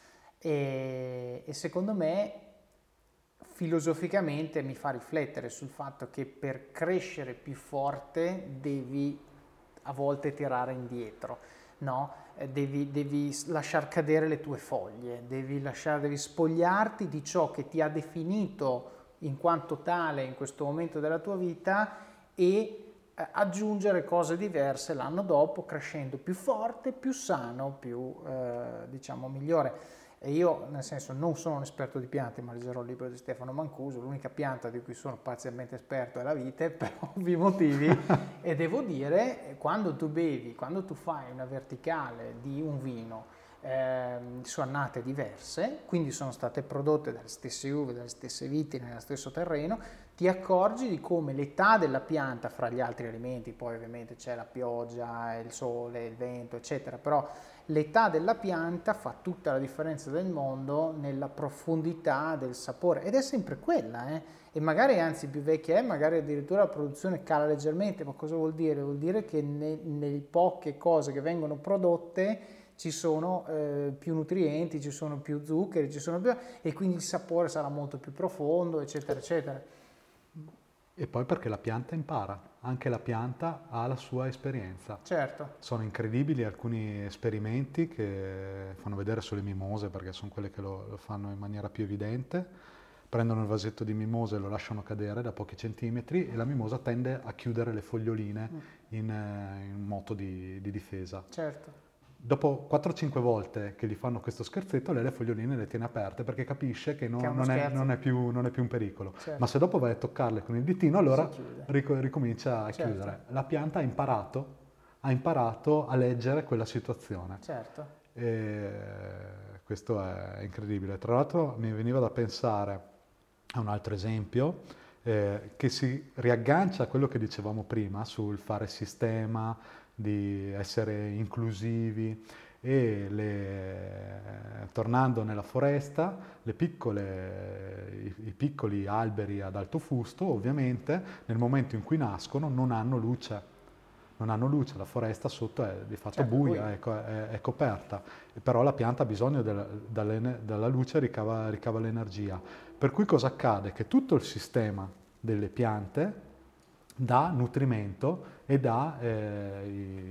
e, e secondo me filosoficamente mi fa riflettere sul fatto che per crescere più forte devi a volte tirare indietro, no? Eh, Devi, devi lasciar cadere le tue foglie, devi, lasciare, devi spogliarti di ciò che ti ha definito in quanto tale in questo momento della tua vita e eh, aggiungere cose diverse l'anno dopo, crescendo più forte, più sano, più eh, diciamo migliore. E io, nel senso, non sono un esperto di piante, ma leggerò il libro di Stefano Mancuso, l'unica pianta di cui sono parzialmente esperto è la vite, per ovvi motivi, e devo dire, quando tu bevi, quando tu fai una verticale di un vino ehm, su annate diverse, quindi sono state prodotte dalle stesse uve, dalle stesse viti, nello stesso terreno, ti accorgi di come l'età della pianta, fra gli altri elementi, poi ovviamente c'è la pioggia, il sole, il vento, eccetera, però l'età della pianta fa tutta la differenza del mondo nella profondità del sapore ed è sempre quella, eh? E magari anzi più vecchia è, magari addirittura la produzione cala leggermente, ma cosa vuol dire? Vuol dire che ne, nelle poche cose che vengono prodotte ci sono eh, più nutrienti, ci sono più zuccheri, ci sono più, e quindi il sapore sarà molto più profondo, eccetera, eccetera. E poi perché la pianta impara, anche la pianta ha la sua esperienza. Certo, Sono incredibili alcuni esperimenti che fanno vedere sulle mimose, perché sono quelle che lo, lo fanno in maniera più evidente. Prendono il vasetto di mimosa e lo lasciano cadere da pochi centimetri e la mimosa tende a chiudere le foglioline mm, in, eh, in moto di, di difesa. certo, Dopo quattro cinque volte che gli fanno questo scherzetto, lei le foglioline le tiene aperte perché capisce che che è non, uno non è, non scherzo, è più, non è più un pericolo. Ma certo, se dopo vai a toccarle con il ditino, si allora chiude, rico- ricomincia a certo, chiudere. La pianta ha imparato, ha imparato a leggere quella situazione. certo, E questo è incredibile. Tra l'altro mi veniva da pensare a un altro esempio eh, che si riaggancia a quello che dicevamo prima sul fare sistema, di essere inclusivi e le, tornando nella foresta, le piccole, i, i piccoli alberi ad alto fusto ovviamente nel momento in cui nascono non hanno luce. non hanno luce, la foresta sotto è di fatto Certo, buia, buia. è, co- è- è coperta, però la pianta ha bisogno della, dalle- dalla luce, ricava, ricava l'energia. Per cui cosa accade? Che tutto il sistema delle piante dà nutrimento e dà eh,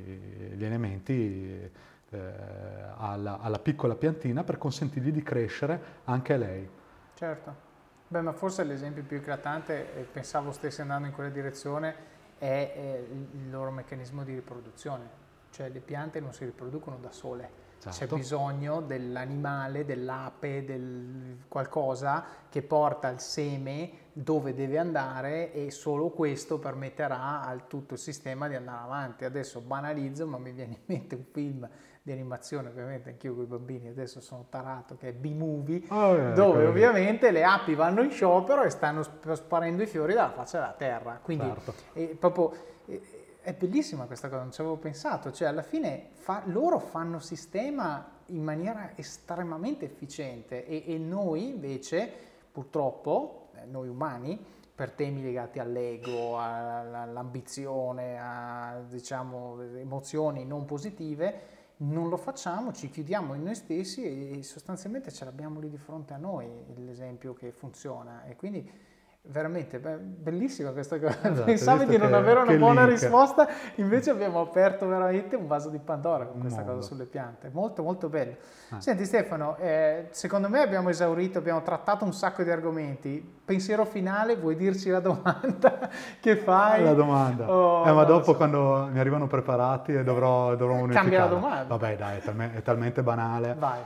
i- gli elementi eh, alla, alla piccola piantina per consentirgli di crescere anche lei. Certo. Beh, ma forse l'esempio più eclatante, e pensavo stessi andando in quella direzione, è, è il loro meccanismo di riproduzione. Cioè le piante non si riproducono da sole. C'è Certo, bisogno dell'animale, dell'ape, del qualcosa che porta il seme dove deve andare e solo questo permetterà al tutto il sistema di andare avanti. Adesso banalizzo, ma mi viene in mente un film di animazione, ovviamente anch'io con i bambini adesso sono tarato, che è B-Movie, oh, eh, dove quello lì, ovviamente le api vanno in sciopero e stanno sp- sparendo i fiori dalla faccia della terra. Quindi certo. è proprio è, è bellissima questa cosa, non ci avevo pensato. Cioè alla fine fa- loro fanno sistema in maniera estremamente efficiente e, e noi invece purtroppo, eh, noi umani, per temi legati all'ego, alla- all'ambizione, a diciamo emozioni non positive, non lo facciamo, ci chiudiamo in noi stessi e sostanzialmente ce l'abbiamo lì di fronte a noi l'esempio che funziona e quindi veramente beh, bellissima questa cosa. Esatto, hai Pensavi visto di non che, avere una che buona link, risposta, invece abbiamo aperto veramente un vaso di Pandora con un questa cosa mondo. sulle piante, molto molto bello. Eh. Senti Stefano, eh, secondo me abbiamo esaurito, abbiamo trattato un sacco di argomenti. Pensiero finale, vuoi dirci la domanda che fai? La domanda. Oh, Eh, ma non lo dopo so. quando mi arrivano preparati e dovrò, dovrò Cambia la unificarla. domanda. Vabbè, dai, è, talme- è talmente banale. Vai.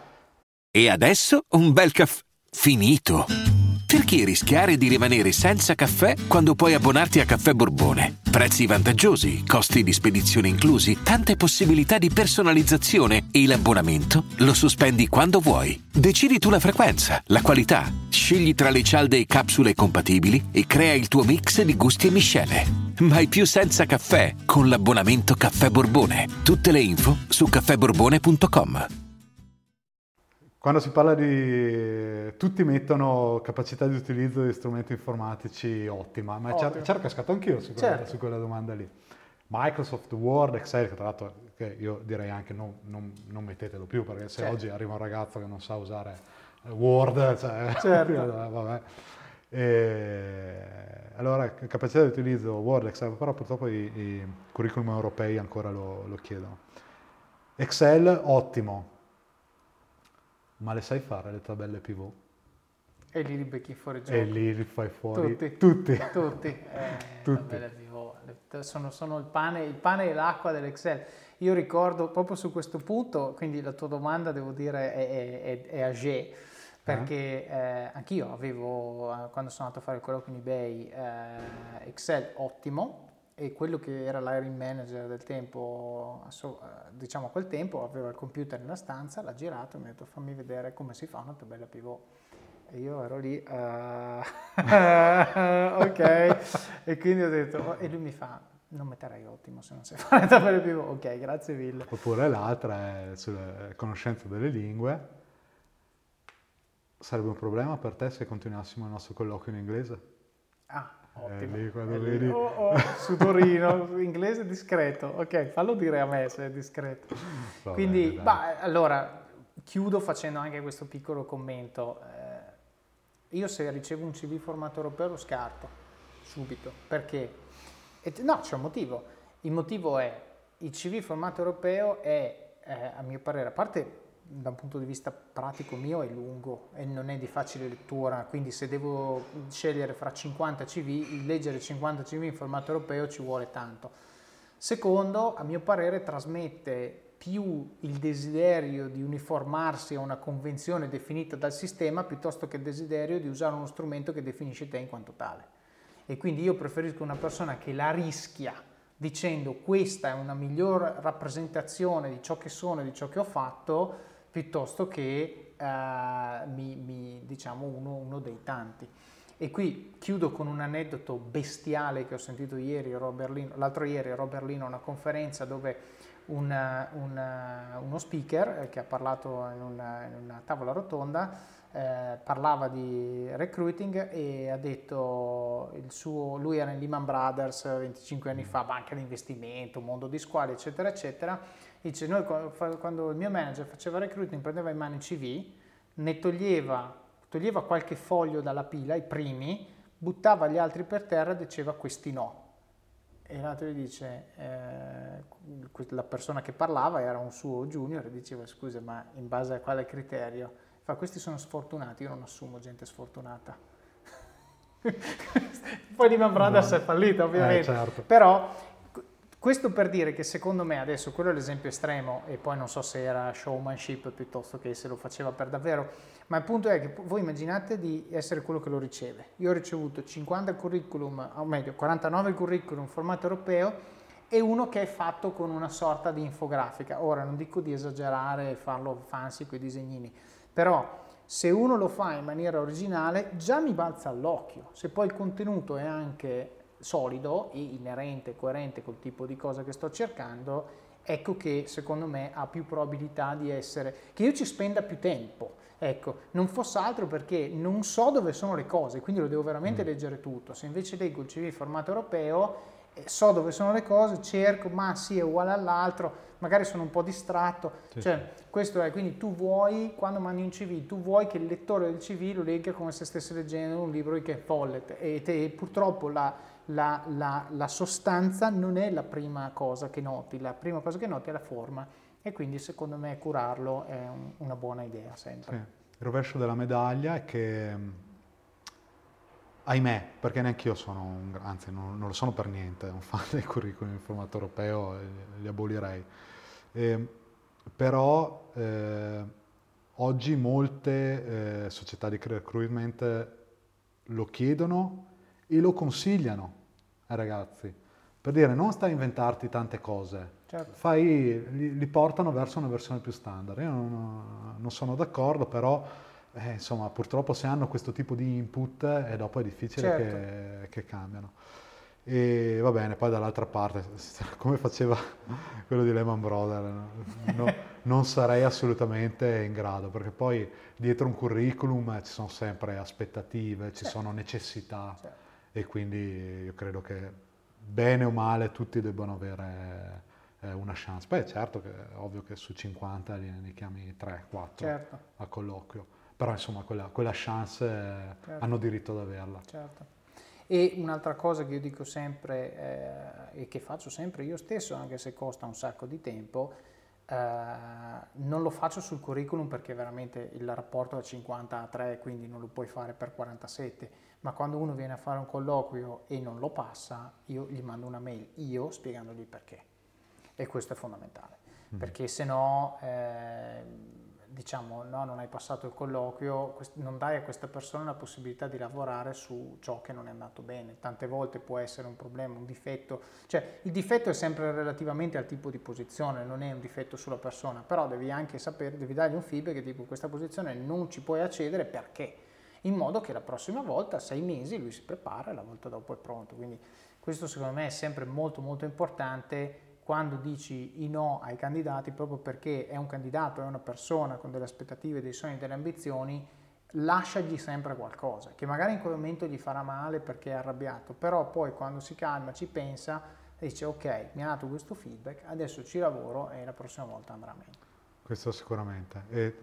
E adesso un bel caffè finito. Perché rischiare di rimanere senza caffè quando puoi abbonarti a Caffè Borbone? Prezzi vantaggiosi, costi di spedizione inclusi, tante possibilità di personalizzazione e l'abbonamento lo sospendi quando vuoi. Decidi tu la frequenza, la qualità, scegli tra le cialde e capsule compatibili e crea il tuo mix di gusti e miscele. Mai più senza caffè con l'abbonamento Caffè Borbone. Tutte le info su caffè borbone punto com. Quando si parla di... tutti mettono capacità di utilizzo di strumenti informatici ottima, ma c'ero, Ottimo. c'ero cascato anch'io su quella, Certo. su quella domanda lì. Microsoft Word, Excel, che tra l'altro che io direi anche non, non- non mettetelo più, perché se Certo. oggi arriva un ragazzo che non sa usare eh, Word, cioè, Certo. vabbè. E, allora, capacità di utilizzo Word, Excel, però purtroppo i, i curriculum europei ancora lo, lo chiedono. Excel, ottimo. Ma le sai fare le tabelle pivot? E lì li becchi fuori gioco. E lì li fai fuori Tutti. tutti. Tutti. Eh, Tutti. tabelle pivot. Sono, sono il pane, il pane e l'acqua dell'Excel. Io ricordo proprio su questo punto, quindi la tua domanda devo dire è, è, è agé, perché eh, anch'io avevo, eh, quando sono andato a fare il colloquio in eBay, eh, Excel ottimo, e quello che era l'hiring manager del tempo, a so- eh, diciamo a quel tempo, aveva il computer nella stanza, l'ha girato e mi ha detto fammi vedere come si fa una tabella pivot. E io ero lì, eh, ok, e quindi ho detto, oh, e lui mi fa, non metterai ottimo se non sai fare tabelle pivot, ok, grazie mille. Oppure l'altra è sulla conoscenza delle lingue. Sarebbe un problema per te se continuassimo il nostro colloquio in inglese? Ah, ottimo. È lì quando È lì. vedi- Oh, oh, sudorino, inglese discreto, ok, fallo dire a me se è discreto. Va Quindi, bene, dai. bah, allora, chiudo facendo anche questo piccolo commento. Eh, io se ricevo un C V formato europeo lo scarto, subito, perché? E t- no, c'è un motivo. Il motivo è, il C V formato europeo è, eh, a mio parere, a parte da un punto di vista pratico mio, è lungo e non è di facile lettura, quindi se devo scegliere fra cinquanta C V, il leggere cinquanta C V in formato europeo ci vuole tanto. Secondo, a mio parere, trasmette più il desiderio di uniformarsi a una convenzione definita dal sistema piuttosto che il desiderio di usare uno strumento che definisce te in quanto tale. E quindi io preferisco una persona che la rischia dicendo questa è una miglior rappresentazione di ciò che sono e di ciò che ho fatto, piuttosto che eh, mi, mi, diciamo uno, uno dei tanti. E qui chiudo con un aneddoto bestiale che ho sentito ieri, ero a Berlino, l'altro ieri ero a Berlino a una conferenza dove un, un, uno speaker eh, che ha parlato in una, in una tavola rotonda eh, parlava di recruiting e ha detto il suo, lui era in Lehman Brothers venticinque anni fa, banca di investimento, mondo di squali, eccetera, eccetera. Dice, noi quando il mio manager faceva recruiting prendeva in mano i C V, ne toglieva, toglieva qualche foglio dalla pila, i primi, buttava gli altri per terra e diceva questi no. E l'altro gli dice, eh, la persona che parlava era un suo junior e diceva scusa ma in base a quale criterio? Fa, questi sono sfortunati, io non assumo gente sfortunata. Poi Lehman Brothers no. è fallita ovviamente, eh, certo. però questo per dire che secondo me adesso quello è l'esempio estremo e poi non so se era showmanship piuttosto che se lo faceva per davvero, ma il punto è che voi immaginate di essere quello che lo riceve. Io ho ricevuto cinquanta curriculum, o meglio quarantanove curriculum in formato europeo e uno che è fatto con una sorta di infografica. Ora non dico di esagerare e farlo fancy con i disegnini, però se uno lo fa in maniera originale già mi balza all'occhio. Se poi il contenuto è anche solido e inerente, coerente col tipo di cosa che sto cercando, ecco che secondo me ha più probabilità di essere, che io ci spenda più tempo, ecco, non fosse altro perché non so dove sono le cose, quindi lo devo veramente mm. leggere tutto. Se invece leggo il C V in formato europeo, eh, so dove sono le cose, cerco, ma sì, è uguale all'altro, magari sono un po' distratto, sì, cioè sì. Questo è, quindi tu vuoi, quando mandi un C V, tu vuoi che il lettore del C V lo legga come se stesse leggendo un libro di Ken Follett e, te, e purtroppo la La, la, la sostanza non è la prima cosa che noti, la prima cosa che noti è la forma e quindi secondo me curarlo è un, una buona idea sempre. Sì. Il rovescio della medaglia è che, ahimè, perché neanche io sono un, anzi non, non lo sono per niente, un fan del curriculum in formato europeo, li abolirei, eh, però eh, oggi molte eh, società di recruitment lo chiedono e lo consigliano ai ragazzi, per dire non stai a inventarti tante cose, certo. Fai, li, li portano verso una versione più standard. Io non, non sono d'accordo, però eh, insomma purtroppo se hanno questo tipo di input eh, dopo è difficile certo. che, che cambiano. E va bene, poi dall'altra parte, come faceva quello di Lehman Brothers, no, non sarei assolutamente in grado, perché poi dietro un curriculum ci sono sempre aspettative, ci certo. sono necessità. Certo. E quindi io credo che bene o male tutti debbano avere eh, una chance. Poi è certo che è ovvio che su cinquanta ne chiami tre quattro certo. a colloquio, però insomma quella, quella chance eh, certo. hanno diritto ad averla. Certo. E un'altra cosa che io dico sempre eh, e che faccio sempre io stesso, anche se costa un sacco di tempo, eh, non lo faccio sul curriculum perché veramente il rapporto è cinquanta a tre, quindi non lo puoi fare per quarantasette. Ma quando uno viene a fare un colloquio e non lo passa, io gli mando una mail, io spiegandogli il perché. E questo è fondamentale, mm. perché se no, eh, diciamo, no, non hai passato il colloquio, non dai a questa persona la possibilità di lavorare su ciò che non è andato bene. Tante volte può essere un problema, un difetto, cioè il difetto è sempre relativamente al tipo di posizione, non è un difetto sulla persona, però devi anche sapere, devi dargli un feedback che tipo questa posizione non ci puoi accedere perché, in modo che la prossima volta, sei mesi, lui si prepara e la volta dopo è pronto. Quindi questo secondo me è sempre molto molto importante quando dici i no ai candidati, proprio perché è un candidato, è una persona con delle aspettative, dei sogni, delle ambizioni, lasciagli sempre qualcosa, che magari in quel momento gli farà male perché è arrabbiato, però poi quando si calma, ci pensa e dice ok, mi ha dato questo feedback, adesso ci lavoro e la prossima volta andrà meglio. Questo sicuramente. E,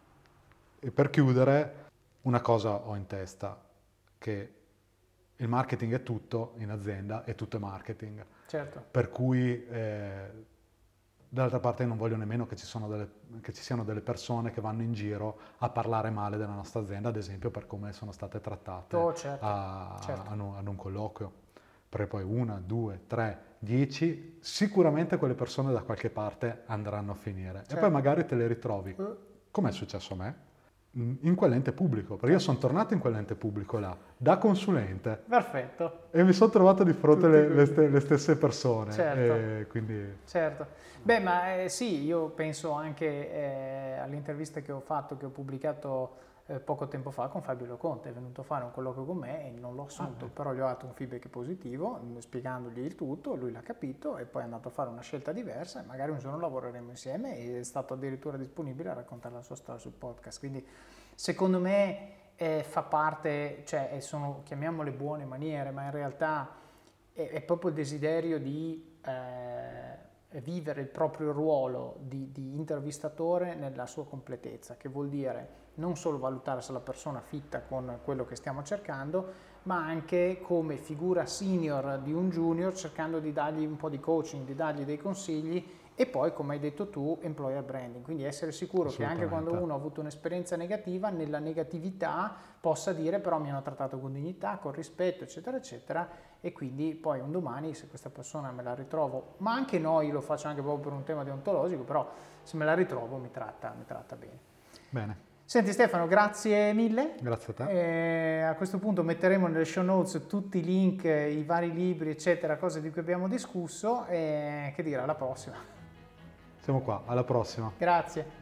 e per chiudere, una cosa ho in testa, che il marketing è tutto in azienda e tutto è marketing. Certo. Per cui eh, dall'altra parte non voglio nemmeno che ci, sono delle, che ci siano delle persone che vanno in giro a parlare male della nostra azienda, ad esempio per come sono state trattate oh, certo. a, certo. a, un, a un colloquio. Perché poi una, due, tre, dieci, sicuramente quelle persone da qualche parte andranno a finire. Certo. E poi magari te le ritrovi, come è successo a me, in quell'ente pubblico, perché io sono tornato in quell'ente pubblico là, da consulente. Perfetto. E mi sono trovato di fronte le, le, st- le stesse persone. Certo. E quindi... certo. Beh, ma eh, sì, io penso anche eh, all'intervista che ho fatto, che ho pubblicato eh, poco tempo fa con Fabio Loconte, è venuto a fare un colloquio con me e non l'ho assunto, ah, però gli ho dato un feedback positivo, spiegandogli il tutto, lui l'ha capito e poi è andato a fare una scelta diversa e magari un giorno lavoreremo insieme e è stato addirittura disponibile a raccontare la sua storia sul podcast, quindi secondo me eh, fa parte, cioè sono, chiamiamole buone maniere, ma in realtà è, è proprio il desiderio di eh, vivere il proprio ruolo di, di intervistatore nella sua completezza, che vuol dire non solo valutare se la persona fitta con quello che stiamo cercando, ma anche come figura senior di un junior, cercando di dargli un po' di coaching, di dargli dei consigli, e poi, come hai detto tu, employer branding, quindi essere sicuro che anche quando uno ha avuto un'esperienza negativa, nella negatività possa dire però mi hanno trattato con dignità, con rispetto, eccetera, eccetera, e quindi poi un domani se questa persona me la ritrovo, ma anche noi, lo faccio anche proprio per un tema deontologico, però se me la ritrovo mi tratta, mi tratta bene. Bene. Senti Stefano, grazie mille. Grazie a te. Eh, a questo punto metteremo nelle show notes tutti i link, i vari libri, eccetera, cose di cui abbiamo discusso, e che dire, alla prossima. Siamo qua, alla prossima. Grazie.